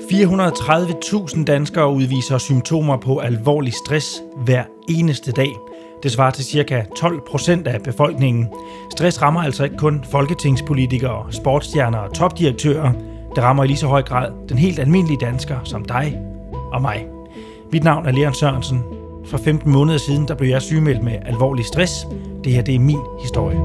430.000 danskere udviser symptomer på alvorlig stress hver eneste dag. Det svarer til ca. 12% af befolkningen. Stress rammer altså ikke kun folketingspolitikere, sportsstjerner og topdirektører. Det rammer i lige så høj grad den helt almindelige dansker som dig og mig. Mit navn er Leon Sørensen. For 15 måneder siden der blev jeg sygemeldt med alvorlig stress. Det her det er min historie.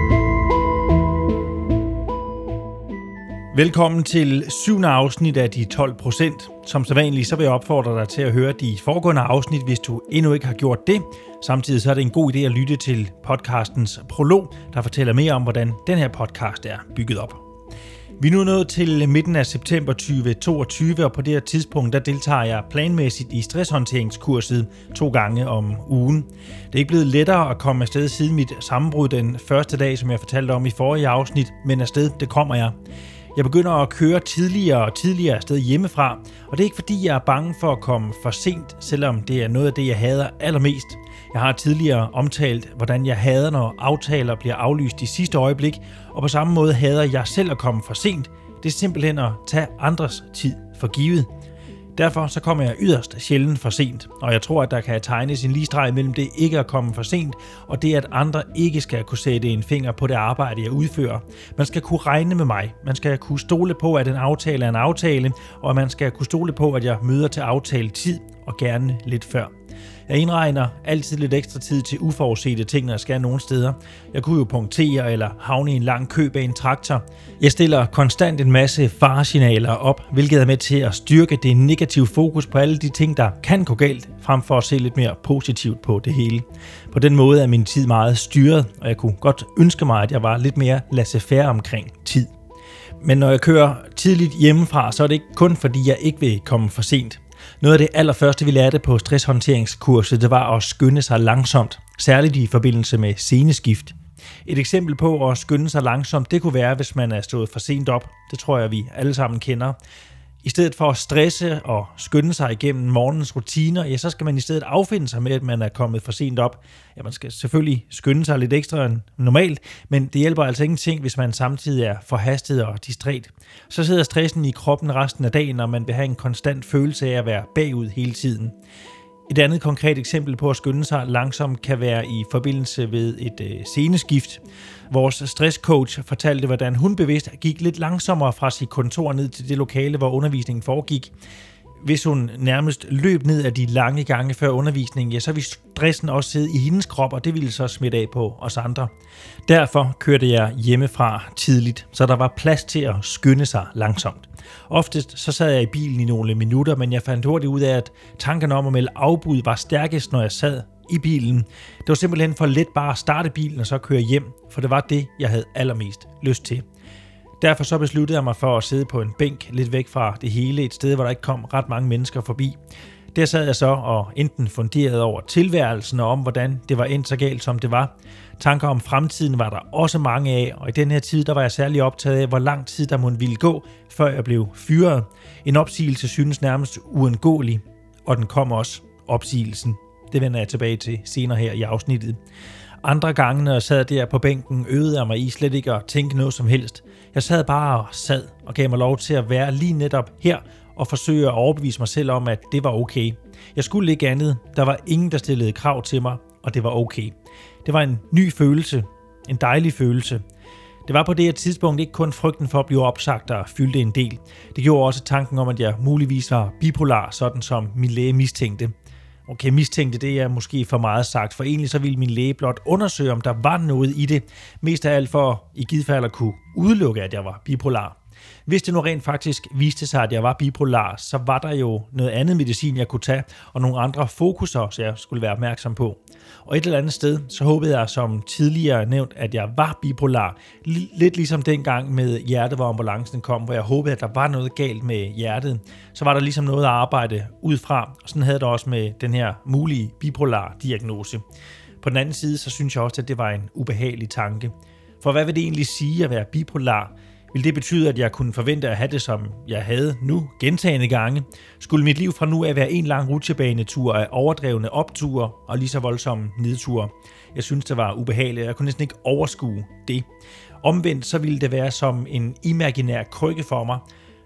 Velkommen til 7. afsnit af de 12%. Som sædvanligt så vil jeg opfordre dig til at høre de foregående afsnit, hvis du endnu ikke har gjort det. Samtidig så er det en god idé at lytte til podcastens prolog, der fortæller mere om, hvordan den her podcast er bygget op. Vi er nu nået til midten af september 2022, og på det her tidspunkt der deltager jeg planmæssigt i stresshåndteringskurset 2 gange om ugen. Det er ikke blevet lettere at komme afsted siden mit sammenbrud den første dag, som jeg fortalte om i forrige afsnit, men afsted det kommer jeg. Jeg begynder at køre tidligere og tidligere afsted hjemmefra, og det er ikke fordi, jeg er bange for at komme for sent, selvom det er noget af det, jeg hader allermest. Jeg har tidligere omtalt, hvordan jeg hader, når aftaler bliver aflyst i sidste øjeblik, og på samme måde hader jeg selv at komme for sent. Det er simpelthen at tage andres tid for givet. Derfor så kommer jeg yderst sjældent for sent, og jeg tror, at der kan tegnes en ligestreg mellem det ikke at komme for sent, og det, at andre ikke skal kunne sætte en finger på det arbejde, jeg udfører. Man skal kunne regne med mig. Man skal kunne stole på, at en aftale er en aftale, og man skal kunne stole på, at jeg møder til aftaletid, og gerne lidt før. Jeg indregner altid lidt ekstra tid til uforudsete ting, når jeg skal nogle steder. Jeg kunne jo punktere eller havne i en lang kø bag en traktor. Jeg stiller konstant en masse faresignaler op, hvilket er med til at styrke det negative fokus på alle de ting, der kan gå galt, frem for at se lidt mere positivt på det hele. På den måde er min tid meget styret, og jeg kunne godt ønske mig, at jeg var lidt mere laissez-faire omkring tid. Men når jeg kører tidligt hjemmefra, så er det ikke kun fordi, jeg ikke vil komme for sent. Noget af det allerførste, vi lærte på stresshåndteringskurset, det var at skynde sig langsomt, særligt i forbindelse med sceneskift. Et eksempel på at skynde sig langsomt, det kunne være, hvis man er stået for sent op. Det tror jeg, vi alle sammen kender. I stedet for at stresse og skynde sig igennem morgens rutiner, ja, så skal man i stedet affinde sig med, at man er kommet for sent op. Ja, man skal selvfølgelig skynde sig lidt ekstra end normalt, men det hjælper altså ingenting, hvis man samtidig er forhastet og distræt. Så sidder stressen i kroppen resten af dagen, og man vil have en konstant følelse af at være bagud hele tiden. Et andet konkret eksempel på at skynde sig langsomt kan være i forbindelse med et sceneskift. Vores stresscoach fortalte, hvordan hun bevidst gik lidt langsommere fra sit kontor ned til det lokale, hvor undervisningen foregik. Hvis hun nærmest løb ned af de lange gange før undervisningen, ja, så ville stressen også sidde i hendes krop, og det ville så smitte af på os andre. Derfor kørte jeg hjemmefra tidligt, så der var plads til at skynde sig langsomt. Oftest så sad jeg i bilen i nogle minutter, men jeg fandt hurtigt ud af, at tankerne om at melde afbud var stærkest, når jeg sad i bilen. Det var simpelthen for let bare at starte bilen og så køre hjem, for det var det, jeg havde allermest lyst til. Derfor så besluttede jeg mig for at sidde på en bænk lidt væk fra det hele, et sted, hvor der ikke kom ret mange mennesker forbi. Der sad jeg så og enten funderede over tilværelsen og om, hvordan det var endt så galt, som det var. Tanker om fremtiden var der også mange af, og i den her tid der var jeg særlig optaget af, hvor lang tid der måtte ville gå, før jeg blev fyret. En opsigelse synes nærmest uundgåelig, og den kom også, opsigelsen. Det vender jeg tilbage til senere her i afsnittet. Andre gange, når jeg sad der på bænken, øvede jeg mig i slet ikke at tænke noget som helst. Jeg sad bare og sad og gav mig lov til at være lige netop her og forsøge at overbevise mig selv om, at det var okay. Jeg skulle ikke andet. Der var ingen, der stillede krav til mig, og det var okay. Det var en ny følelse. En dejlig følelse. Det var på det her tidspunkt ikke kun frygten for at blive opsagt, der fyldte en del. Det gjorde også tanken om, at jeg muligvis var bipolar, sådan som min læge mistænkte. Okay, mistænkte, det er måske for meget sagt, for egentlig så ville min læge blot undersøge, om der var noget i det, mest af alt for i givet fald at kunne udelukke, at jeg var bipolar. Hvis det nu rent faktisk viste sig, at jeg var bipolar, så var der jo noget andet medicin, jeg kunne tage, og nogle andre fokuser, så jeg skulle være opmærksom på. Og et eller andet sted, så håbede jeg som tidligere nævnt, at jeg var bipolar. Lidt ligesom dengang med hjertet, hvor ambulancen kom, hvor jeg håbede, at der var noget galt med hjertet. Så var der ligesom noget at arbejde ud fra, og sådan havde det også med den her mulige bipolar diagnose. På den anden side, så synes jeg også, at det var en ubehagelig tanke. For hvad vil det egentlig sige at være bipolar? Vil det betyde, at jeg kunne forvente at have det, som jeg havde nu, gentagne gange? Skulle mit liv fra nu af være en lang rutsjebanetur af overdrevne opture og lige så voldsomme nedture? Jeg synes, det var ubehageligt. Jeg kunne næsten ikke overskue det. Omvendt så ville det være som en imaginær krykke for mig.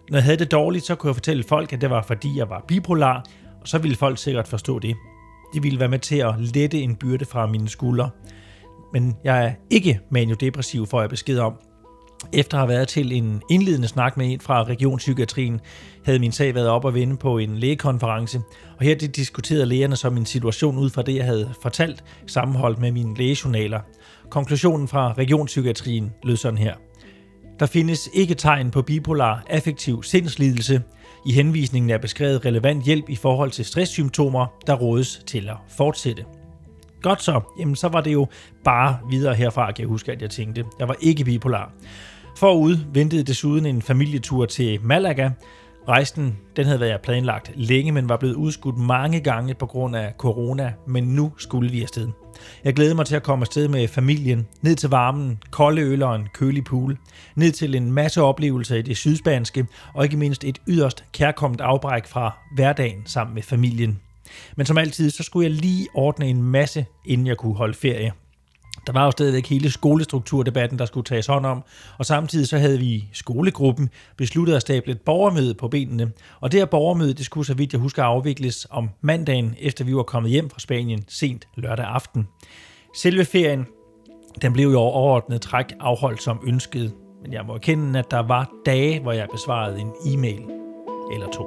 Når jeg havde det dårligt, så kunne jeg fortælle folk, at det var fordi jeg var bipolar, og så ville folk sikkert forstå det. Det ville være med til at lette en byrde fra mine skuldre. Men jeg er ikke maniodepressiv, får jeg besked om. Efter at have været til en indledende snak med en fra regionspsykiatrien, havde min sag været op og vende på en lægekonference, og her diskuterede lægerne så min situation ud fra det, jeg havde fortalt, sammenholdt med mine lægejournaler. Konklusionen fra regionspsykiatrien lød sådan her. Der findes ikke tegn på bipolar affektiv sindslidelse. I henvisningen er beskrevet relevant hjælp i forhold til stresssymptomer, der rådes til at fortsætte. Godt så, jamen så var det jo bare videre herfra, kan jeg huske, at jeg tænkte. Jeg var ikke bipolar. Forud ventede desuden en familietur til Malaga. Rejsen, den havde været planlagt længe, men var blevet udskudt mange gange på grund af corona, men nu skulle vi afsted. Jeg glædede mig til at komme afsted med familien, ned til varmen, kolde øl og en kølig pool, ned til en masse oplevelser i det sydspanske, og ikke mindst et yderst kærkomment afbræk fra hverdagen sammen med familien. Men som altid, så skulle jeg lige ordne en masse, inden jeg kunne holde ferie. Der var jo stadigvæk hele skolestrukturdebatten, der skulle tages hånd om, og samtidig så havde vi i skolegruppen besluttet at stable et borgermøde på benene. Og det her borgermøde, det skulle så vidt jeg husker afvikles om mandagen, efter vi var kommet hjem fra Spanien sent lørdag aften. Selve ferien, den blev jo overordnet træk afholdt som ønsket, men jeg må erkende, at der var dage, hvor jeg besvarede en e-mail eller to.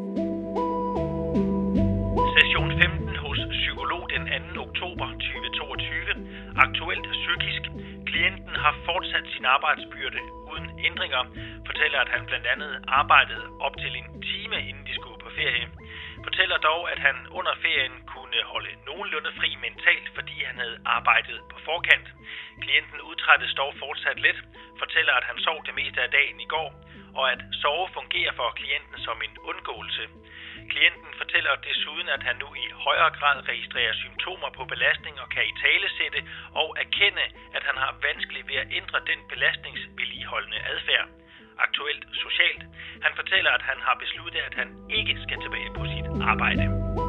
Session 15 hos psykolog den 2. oktober 2022. Aktuelt psykisk. Klienten har fortsat sin arbejdsbyrde uden ændringer. Fortæller, at han blandt andet arbejdede op til en time, inden de skulle på ferie. Fortæller dog, at han under ferien kunne holde nogenlunde fri mentalt, fordi han havde arbejdet på forkant. Klienten udtrættes dog fortsat let. Fortæller, at han sov det meste af dagen i går, og at sove fungerer for klienten som en undgåelse. Klienten fortæller desuden, at han nu i højere grad registrerer symptomer på belastning og kan italesætte og erkende, at han har vanskeligt ved at ændre den belastningsvedligeholdende adfærd. Aktuelt socialt. Han fortæller, at han har besluttet, at han ikke skal tilbage på sit arbejde.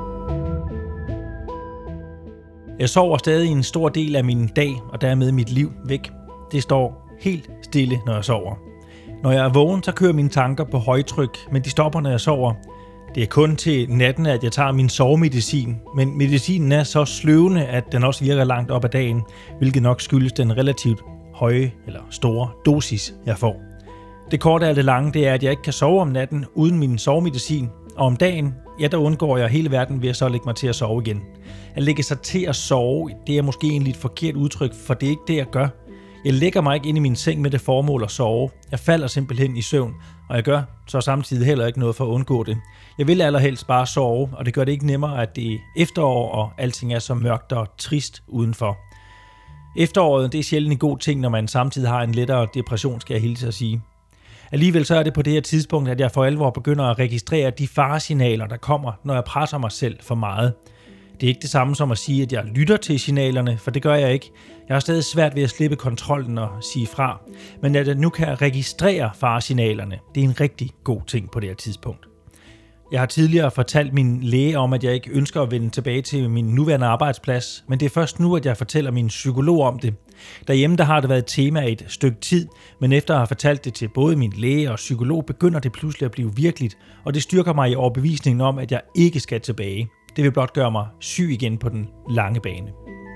Jeg sover stadig en stor del af min dag og dermed mit liv væk. Det står helt stille, når jeg sover. Når jeg er vågen, så kører mine tanker på højtryk, men de stopper, når jeg sover. Det er kun til natten, at jeg tager min sovemedicin, men medicinen er så sløvende, at den også virker langt op ad dagen, hvilket nok skyldes den relativt høje eller store dosis, jeg får. Det korte af det lange, det er, at jeg ikke kan sove om natten uden min sovemedicin, og om dagen, ja, der undgår jeg hele verden ved at så lægge mig til at sove igen. At lægge sig til at sove, det er måske egentlig et forkert udtryk, for det er ikke det, jeg gør. Jeg lægger mig ikke ind i min seng med det formål at sove. Jeg falder simpelthen i søvn, og jeg gør så samtidig heller ikke noget for at undgå det. Jeg vil allerhelst bare sove, og det gør det ikke nemmere, at det er efterår, og alting er så mørkt og trist udenfor. Efteråret, det er sjældent en god ting, når man samtidig har en lettere depression, skal jeg hilse at sige. Alligevel så er det på det her tidspunkt, at jeg for alvor begynder at registrere de faresignaler, der kommer, når jeg presser mig selv for meget. Det er ikke det samme som at sige, at jeg lytter til signalerne, for det gør jeg ikke. Jeg har stadig svært ved at slippe kontrollen og sige fra. Men at jeg nu kan registrere faresignalerne, det er en rigtig god ting på det her tidspunkt. Jeg har tidligere fortalt min læge om, at jeg ikke ønsker at vende tilbage til min nuværende arbejdsplads, men det er først nu, at jeg fortæller min psykolog om det. Derhjemme der har det været et tema i et stykke tid, men efter at have fortalt det til både min læge og psykolog, begynder det pludselig at blive virkeligt, og det styrker mig i overbevisningen om, at jeg ikke skal tilbage. Det vil blot gøre mig syg igen på den lange bane.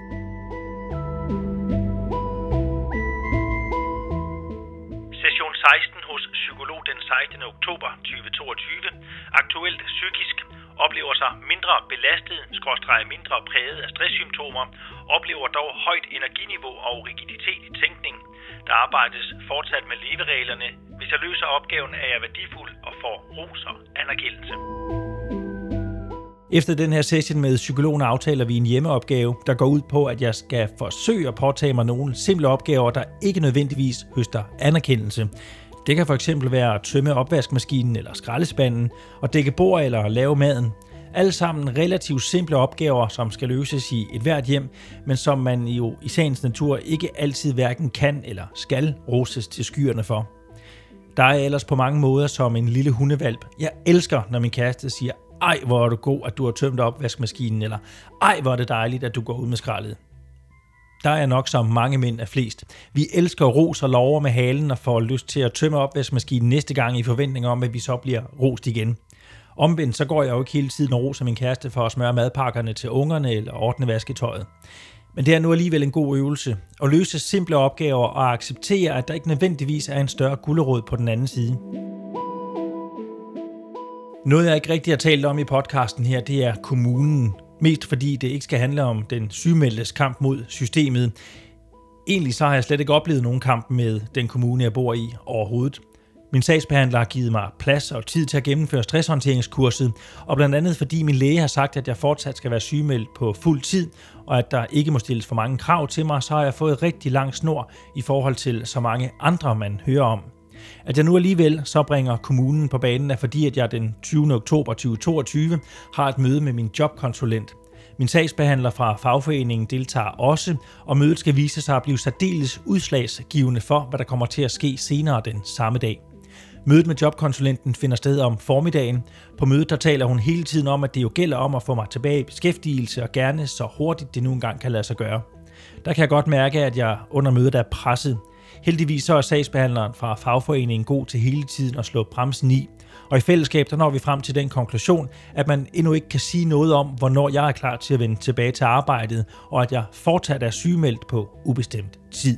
Session 16 hos psykolog den 16. oktober 2022. Aktuelt psykisk. Oplever sig mindre belastet, mindre præget af stresssymptomer, oplever dog højt energiniveau og rigiditet i tænkning. Der arbejdes fortsat med levereglerne. Hvis jeg løser opgaven, er jeg værdifuld og får ros og anerkendelse. Efter den her session med psykologen aftaler vi en hjemmeopgave, der går ud på, at jeg skal forsøge at påtage mig nogle simple opgaver, der ikke nødvendigvis høster anerkendelse. Det kan for eksempel være at tømme opvaskemaskinen eller skraldespanden, og dække bord eller lave maden. Alle sammen relativt simple opgaver, som skal løses i et hvert hjem, men som man jo i sagens natur ikke altid hverken kan eller skal roses til skyerne for. Der er ellers på mange måder som en lille hundevalp. Jeg elsker, når min kæreste siger, ej, hvor er du god, at du har tømt opvaskemaskinen, eller ej, hvor er det dejligt, at du går ud med skraldet. der er nok som mange mænd er flest. Vi elsker ros og lover med halen og får lyst til at tømme opvaskemaskinen næste gang i forventning om, at vi så bliver rost igen. Omvendt så går jeg jo ikke hele tiden og roser min kæreste for at smøre madpakkerne til ungerne eller ordne vasketøjet. Men det er nu alligevel en god øvelse at løse simple opgaver og acceptere, at der ikke nødvendigvis er en større gulerod på den anden side. Noget jeg ikke rigtig har talt om i podcasten her, det er kommunen. Mest fordi det ikke skal handle om den sygemeldtes kamp mod systemet. Egentlig så har jeg slet ikke oplevet nogen kamp med den kommune, jeg bor i overhovedet. Min sagsbehandler har givet mig plads og tid til at gennemføre stresshåndteringskurset, og blandt andet fordi min læge har sagt, at jeg fortsat skal være sygemeldt på fuld tid, og at der ikke må stilles for mange krav til mig, så har jeg fået rigtig lang snor i forhold til så mange andre, man hører om. At jeg nu alligevel så bringer kommunen på banen er fordi, at jeg den 20. oktober 2022 har et møde med min jobkonsulent. Min sagsbehandler fra fagforeningen deltager også, og mødet skal vise sig at blive særdeles udslagsgivende for, hvad der kommer til at ske senere den samme dag. Mødet med jobkonsulenten finder sted om formiddagen. På mødet der taler hun hele tiden om, at det jo gælder om at få mig tilbage i beskæftigelse og gerne så hurtigt det nu engang kan lade sig gøre. Der kan jeg godt mærke, at jeg under mødet er presset. Heldigvis så er sagsbehandleren fra fagforeningen god til hele tiden at slå bremsen i. Og i fællesskab der når vi frem til den konklusion, at man endnu ikke kan sige noget om, hvornår jeg er klar til at vende tilbage til arbejdet, og at jeg fortsat er sygemeldt på ubestemt tid.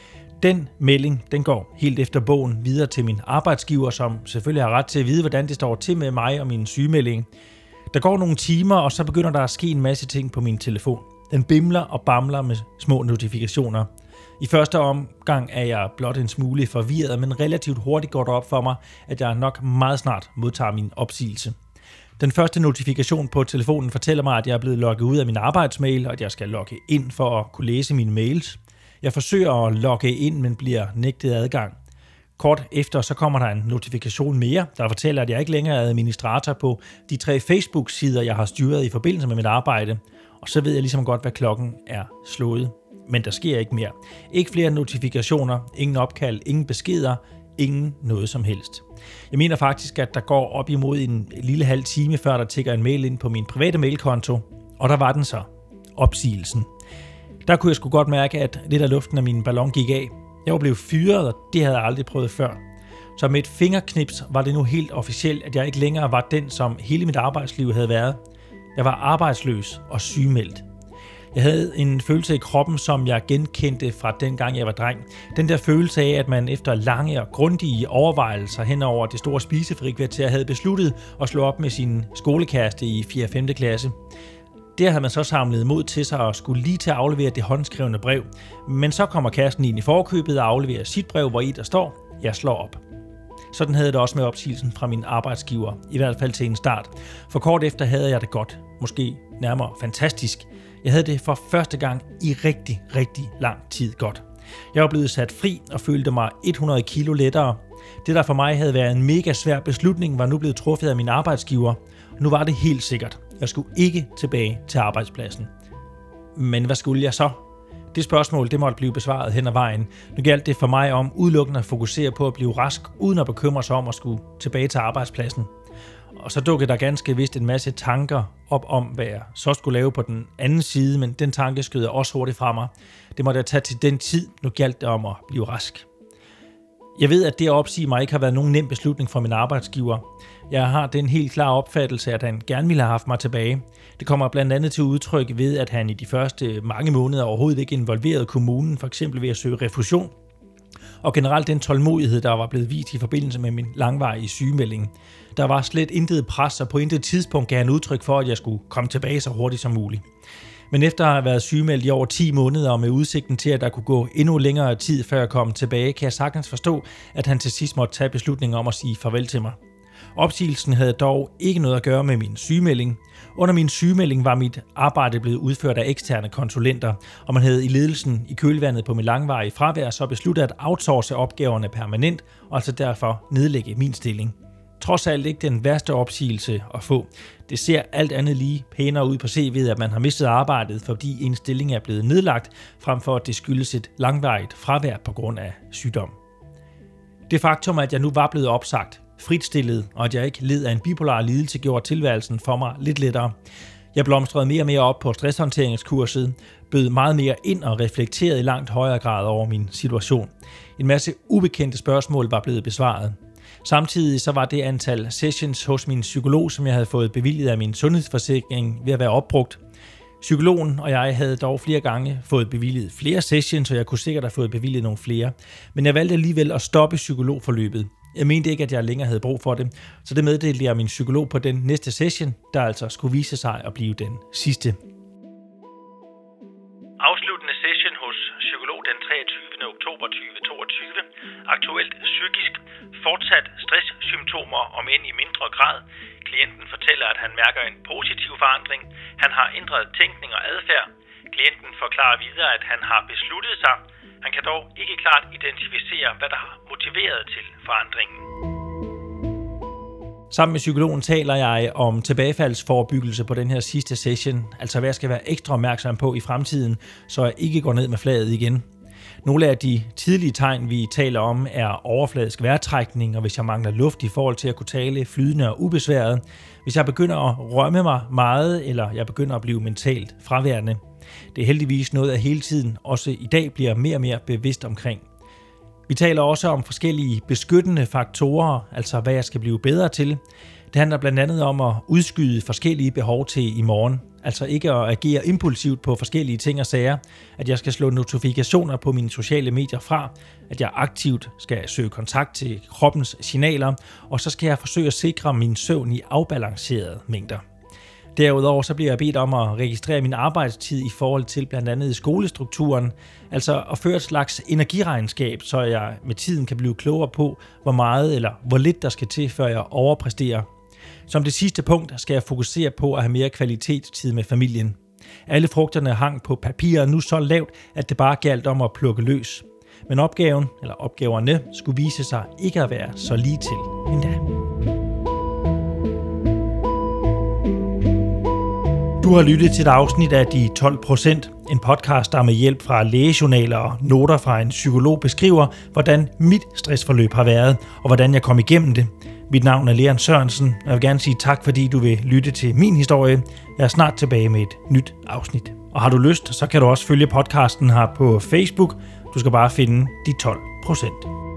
Den melding, den går helt efter bogen videre til min arbejdsgiver, som selvfølgelig har ret til at vide, hvordan det står til med mig og min sygemelding. Der går nogle timer, og så begynder der at ske en masse ting på min telefon. Den bimler og bamler med små notifikationer. I første omgang er jeg blot en smule forvirret, men relativt hurtigt går det op for mig, at jeg nok meget snart modtager min opsigelse. Den første notifikation på telefonen fortæller mig, at jeg er blevet logget ud af min arbejdsmail, og at jeg skal logge ind for at kunne læse mine mails. Jeg forsøger at logge ind, men bliver nægtet adgang. Kort efter så kommer der en notifikation mere, der fortæller, at jeg ikke længere er administrator på de 3 Facebook-sider, jeg har styret i forbindelse med mit arbejde. Og så ved jeg ligesom godt, hvad klokken er slået. Men der sker ikke mere. Ikke flere notifikationer, ingen opkald, ingen beskeder, ingen noget som helst. Jeg mener faktisk, at der går op imod en lille halv time, før der tikker en mail ind på min private mailkonto. Og der var den så. Opsigelsen. Der kunne jeg sgu godt mærke, at lidt af luften af min ballon gik af. Jeg var blevet fyret, og det havde jeg aldrig prøvet før. Så med et fingerknips var det nu helt officielt, at jeg ikke længere var den, som hele mit arbejdsliv havde været. Jeg var arbejdsløs og sygemeldt. Jeg havde en følelse i kroppen, som jeg genkendte fra dengang jeg var dreng. Den der følelse af, at man efter lange og grundige overvejelser hen over det store spisefrikvarter havde besluttet at slå op med sin skolekæreste i 4. og 5. klasse. Der havde man så samlet mod til sig og skulle lige til at aflevere det håndskrevne brev. Men så kommer kæresten ind i forkøbet og afleverer sit brev, hvor i der står, jeg slår op. Sådan havde det også med opsigelsen fra min arbejdsgiver, i hvert fald til en start. For kort efter havde jeg det godt, måske nærmere fantastisk. Jeg havde det for første gang i rigtig, rigtig lang tid godt. Jeg var blevet sat fri og følte mig 100 kilo lettere. Det, der for mig havde været en mega svær beslutning, var nu blevet truffet af min arbejdsgiver. Nu var det helt sikkert. Jeg skulle ikke tilbage til arbejdspladsen. Men hvad skulle jeg så? Det spørgsmål, det måtte blive besvaret hen ad vejen. Nu galt det for mig om udelukkende at fokusere på at blive rask, uden at bekymre sig om at skulle tilbage til arbejdspladsen. Og så dukkede der ganske vist en masse tanker op om, hvad jeg så skulle lave på den anden side, men den tanke skød jeg også hurtigt fra mig. Det måtte jeg tage til den tid, nu galt det om at blive rask. Jeg ved, at det at opsige mig ikke har været nogen nem beslutning for min arbejdsgiver. Jeg har den helt klare opfattelse, at han gerne ville have haft mig tilbage. Det kommer blandt andet til udtryk ved, at han i de første mange måneder overhovedet ikke involverede kommunen, for eksempel ved at søge refusion. Og generelt den tålmodighed, der var blevet vist i forbindelse med min langvarige sygemelding. Der var slet intet pres, og på intet tidspunkt gav han udtryk for, at jeg skulle komme tilbage så hurtigt som muligt. Men efter at have været sygemeldt i over 10 måneder og med udsigten til, at der kunne gå endnu længere tid, før jeg kom tilbage, kan jeg sagtens forstå, at han til sidst måtte tage beslutningen om at sige farvel til mig. Opsigelsen havde dog ikke noget at gøre med min sygemelding. Under min sygemelding var mit arbejde blevet udført af eksterne konsulenter, og man havde i ledelsen i kølvandet på min langvarige fravær så besluttet at outsource opgaverne permanent, og altså derfor nedlægge min stilling. Trods alt ikke den værste opsigelse at få. Det ser alt andet lige pænere ud på CV'et, at man har mistet arbejdet, fordi en stilling er blevet nedlagt, frem for at det skyldes et langvarigt fravær på grund af sygdom. Det faktum, at jeg nu var blevet opsagt, fritstillet, og at jeg ikke led af en bipolar lidelse, gjorde tilværelsen for mig lidt lettere. Jeg blomstrede mere og mere op på stresshåndteringskurset, bød meget mere ind og reflekterede i langt højere grad over min situation. En masse ubekendte spørgsmål var blevet besvaret. Samtidig så var det antal sessions hos min psykolog, som jeg havde fået bevilget af min sundhedsforsikring, ved at være opbrugt. Psykologen og jeg havde dog flere gange fået bevilget flere sessions, så jeg kunne sikkert have fået bevilget nogle flere. Men jeg valgte alligevel at stoppe psykologforløbet. Jeg mente ikke, at jeg længere havde brug for det, så det meddelte jeg min psykolog på den næste session, der altså skulle vise sig at blive den sidste. Afsluttende session hos psykolog den 23. oktober 2022. Aktuelt psykisk. Fortsat stresssymptomer, om end i mindre grad. Klienten fortæller, at han mærker en positiv forandring. Han har ændret tænkning og adfærd. Klienten forklarer videre, at han har besluttet sig. Han kan dog ikke klart identificere, hvad der har motiveret til forandringen. Sammen med psykologen taler jeg om tilbagefaldsforebyggelse på den her sidste session, altså hvad jeg skal være ekstra opmærksom på i fremtiden, så jeg ikke går ned med flaget igen. Nogle af de tidlige tegn, vi taler om, er overfladisk vejrtrækning, og hvis jeg mangler luft i forhold til at kunne tale flydende og ubesværet, hvis jeg begynder at rømme mig meget, eller jeg begynder at blive mentalt fraværende. Det er heldigvis noget, jeg hele tiden, også i dag, bliver mere og mere bevidst omkring. Vi taler også om forskellige beskyttende faktorer, altså hvad jeg skal blive bedre til. Det handler blandt andet om at udskyde forskellige behov til i morgen. Altså ikke at agere impulsivt på forskellige ting og sager. At jeg skal slå notifikationer på mine sociale medier fra. At jeg aktivt skal søge kontakt til kroppens signaler. Og så skal jeg forsøge at sikre min søvn i afbalancerede mængder. Derudover så bliver jeg bedt om at registrere min arbejdstid i forhold til blandt andet skolestrukturen, altså at føre et slags energiregnskab, så jeg med tiden kan blive klogere på, hvor meget eller hvor lidt der skal til, før jeg overpræsterer. Som det sidste punkt skal jeg fokusere på at have mere kvalitetstid med familien. Alle frugterne hang på papiret nu så lavt, at det bare galt om at plukke løs. Men opgaverne skulle vise sig ikke at være så lige til endda. Du har lyttet til et afsnit af De 12%, en podcast, der med hjælp fra lægejournaler og noter fra en psykolog beskriver, hvordan mit stressforløb har været, og hvordan jeg kom igennem det. Mit navn er Leon Sørensen, og jeg vil gerne sige tak, fordi du vil lytte til min historie. Jeg er snart tilbage med et nyt afsnit. Og har du lyst, så kan du også følge podcasten her på Facebook. Du skal bare finde De 12%.